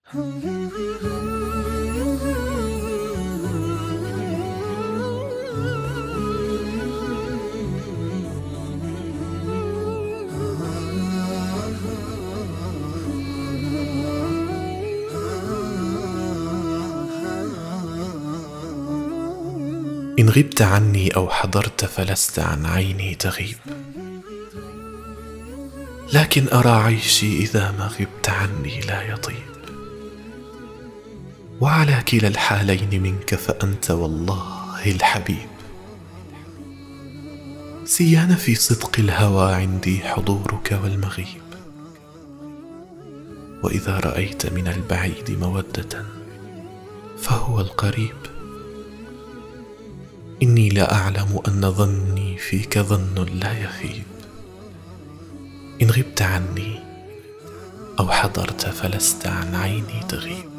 إن غبت عني أو حضرت فلست عن عيني تغيب، لكن أرى عيشي إذا ما غبت عني لا يطيب. وعلى كلا الحالين منك فأنت والله الحبيب. سيان في صدق الهوى عندي حضورك والمغيب، وإذا رأيت من البعيد مودة فهو القريب. إني لأعلم أن ظني فيك ظن لا يخيب. إن غبت عني أو حضرت فلست عن عيني تغيب.